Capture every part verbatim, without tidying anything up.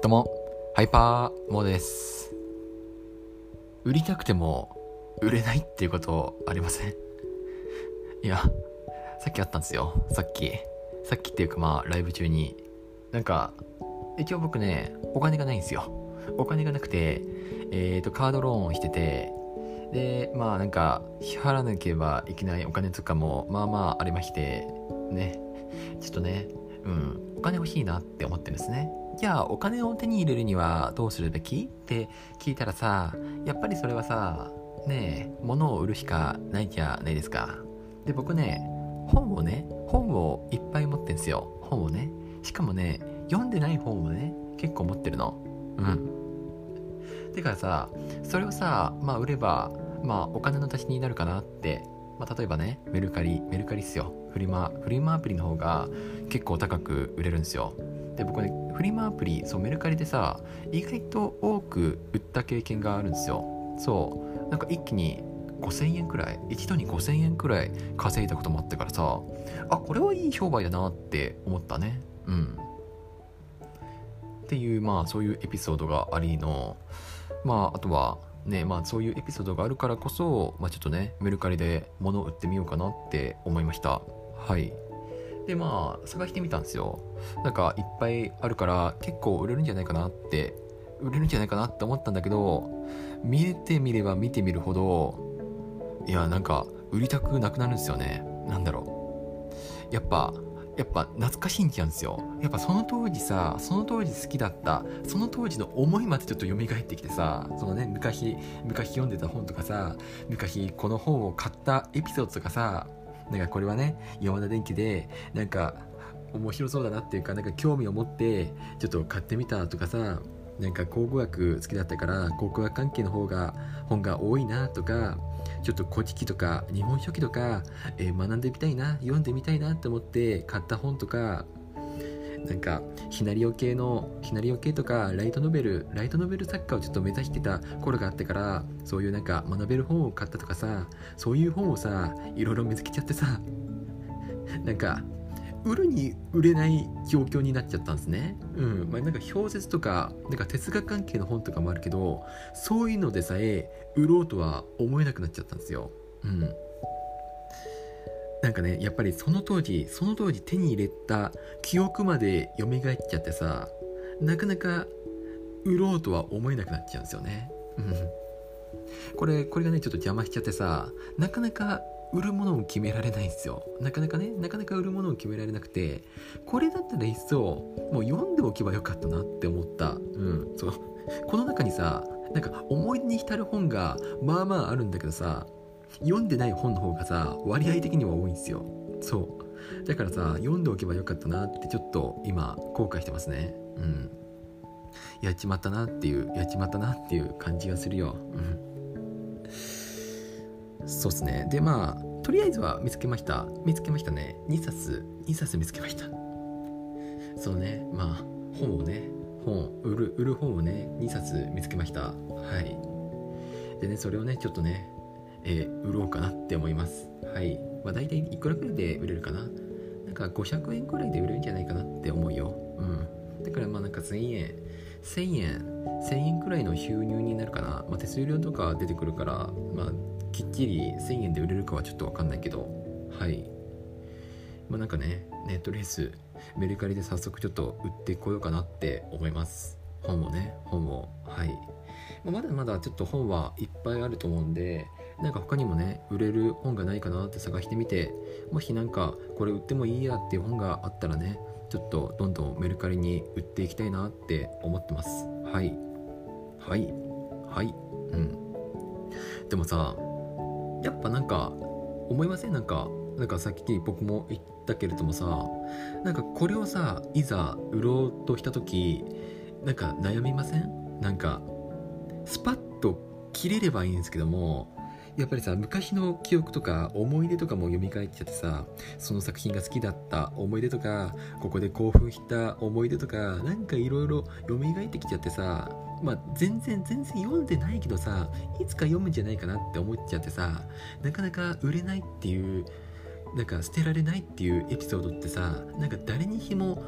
どうもハイパーモーです。売りたくても売れないっていうことありません？いや、さっきあったんですよ。さっきさっきっていうかまあライブ中になんか一応僕ねお金がないんですよ。お金がなくてえーとカードローンをしてて、でまあなんか支払わなければいけないお金とかもまあまあありましてね、ちょっとねうんお金欲しいなって思ってるんですね。じゃあお金を手に入れるにはどうするべきって聞いたらさ、やっぱりそれはさねえ物を売るしかないじゃないですか。で僕ね本をね本をいっぱい持ってんすよ。本をね、しかもね読んでない本をね結構持ってるの。うんだからさ、それをさまあ売ればまあお金の足しになるかなって。まあ、例えばねメルカリメルカリっすよ。フリマフリマアプリの方が結構高く売れるんですよ。で僕ねフリマアプリそうメルカリでさ意外と多く売った経験があるんですよ。そうなんか一気にごせんえんくらい一度にごせんえんくらい稼いだこともあってからさ、あこれはいい商売だなって思ったね。うんっていうまあそういうエピソードがありの、まああとはねまあそういうエピソードがあるからこそ、まあ、ちょっとねメルカリで物を売ってみようかなって思いました。はいでまあ探してみたんですよ。なんかいっぱいあるから結構売れるんじゃないかなって売れるんじゃないかなって思ったんだけど、見てみれば見てみるほどいやなんか売りたくなくなるんですよね。なんだろうやっぱやっぱ懐かしいんじゃうんですよ。やっぱその当時さその当時好きだったその当時の思いまでちょっと蘇ってきてさ、そのね昔昔読んでた本とかさ、昔この本を買ったエピソードとかさ、なんかこれはねヤマダ電機でなんか面白そうだなっていうかなんか興味を持ってちょっと買ってみたとかさ、なんか考古学好きだったから考古学関係の方が本が多いなとか、ちょっと古事記とか日本書紀とか、えー、学んでみたいな読んでみたいなって思って買った本とか、なんかシナリオ系のシナリオ系とかライトノベルライトノベル作家をちょっと目指してた頃があってから、そういうなんか学べる本を買ったとかさ、そういう本をさいろいろ見つけちゃってさ、なんか売るに売れない状況になっちゃったんですね。うんまあ、なんか小説とかなんか哲学関係の本とかもあるけど、そういうのでさえ売ろうとは思えなくなっちゃったんですよ。うんなんかねやっぱりその当時その当時手に入れた記憶まで蘇っちゃってさ、なかなか売ろうとは思えなくなっちゃうんですよね。うんこれこれがねちょっと邪魔しちゃってさ、なかなか売るものを決められないんですよ。なかなかねなかなか売るものを決められなくて、これだったらいっそもう読んでおけばよかったなって思った。うんそうこの中にさなんか思い出に浸る本がまあまああるんだけどさ、読んでない本の方がさ割合的には多いんですよ。そうだからさ読んでおけばよかったなってちょっと今後悔してますね。うんやっちまったなっていうやっちまったなっていう感じがするよ。うんそうっすね。でまあとりあえずは見つけました見つけましたね。にさつにさつ見つけました。そのねまあ本をね本売る売る本をねにさつ見つけました。はいでねそれをねちょっとねえー、売ろうかなって思います。はいまあ大体いくらくらいで売れるかな、なんかごひゃくえんくらいで売れるんじゃないかなって思うよ。うんだからまあなんかせんえんせんえんせんえんくらいの収入になるかな。まあ手数料とか出てくるからまあきっちりせんえんで売れるかはちょっとわかんないけど、はいまあなんかねねとりあえずメルカリで早速ちょっと売ってこようかなって思います。本をね本をはいまだまだちょっと本はいっぱいあると思うんで、なんか他にもね売れる本がないかなって探してみて、もしなんかこれ売ってもいいやっていう本があったらねちょっとどんどんメルカリに売っていきたいなって思ってます。はいはいはいうんでもさやっぱなんか思いません？なんかなんかさっき僕も言ったけれどもさ、なんかこれをさいざ売ろうとした時なんか悩みません？なんかスパッと切れればいいんですけども、やっぱりさ昔の記憶とか思い出とかも蘇っちゃってさ、その作品が好きだった思い出とかここで興奮した思い出とかなんかいろいろ蘇ってきちゃってさ、まあ全然全然読んでないけどさいつか読むんじゃないかなって思っちゃってさ、なかなか売れないっていうなんか捨てられないっていうエピソードってさ、なんか誰にしも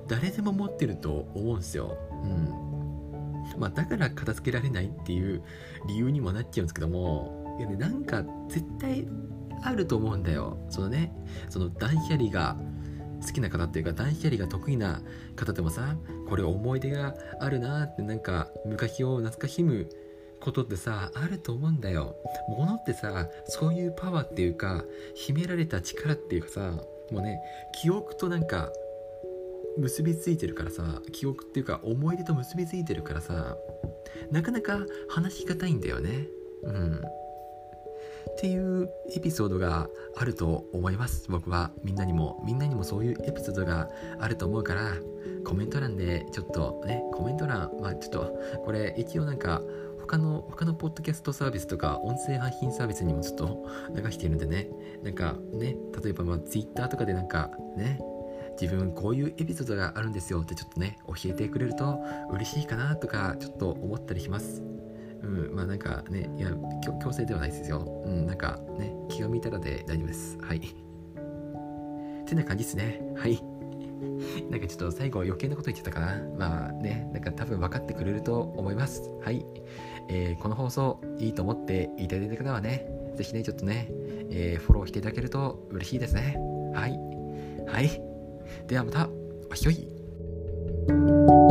誰でも持ってると思うんですよ。うん。まあだから片付けられないっていう理由にもなっちゃうんですけども、いやね、なんか絶対あると思うんだよ。そのね、その断捨離が好きな方っていうか、断捨離が得意な方でもさ、これ思い出があるなって、なんか昔を懐かしむことってさ、あると思うんだよ。物ってさ、そういうパワーっていうか、秘められた力っていうかさ、もうね、記憶となんか結びついてるからさ、記憶っていうか思い出と結びついてるからさ、なかなか話しがたいんだよね。うんっていうエピソードがあると思います。僕はみんなにもみんなにもそういうエピソードがあると思うから、コメント欄でちょっとね、コメント欄、まあちょっとこれ一応なんか他の他のポッドキャストサービスとか音声配信サービスにもちょっと流しているんでね、なんかね、例えばまあ Twitter とかでなんかね、自分こういうエピソードがあるんですよってちょっとね教えてくれると嬉しいかなとかちょっと思ったりします。うん、まあなんかね、いや強制ではないですよ。うん、なんかね、気が向いたらで大丈夫です。はい。ってな感じですね。はい。なんかちょっと最後余計なこと言ってたかな。まあね、なんか多分分かってくれると思います。はい。えー、この放送いいと思っていただいた方はね、ぜひねちょっとね、えー、フォローしていただけると嬉しいですね。はい。はい。ではまた、おひょい。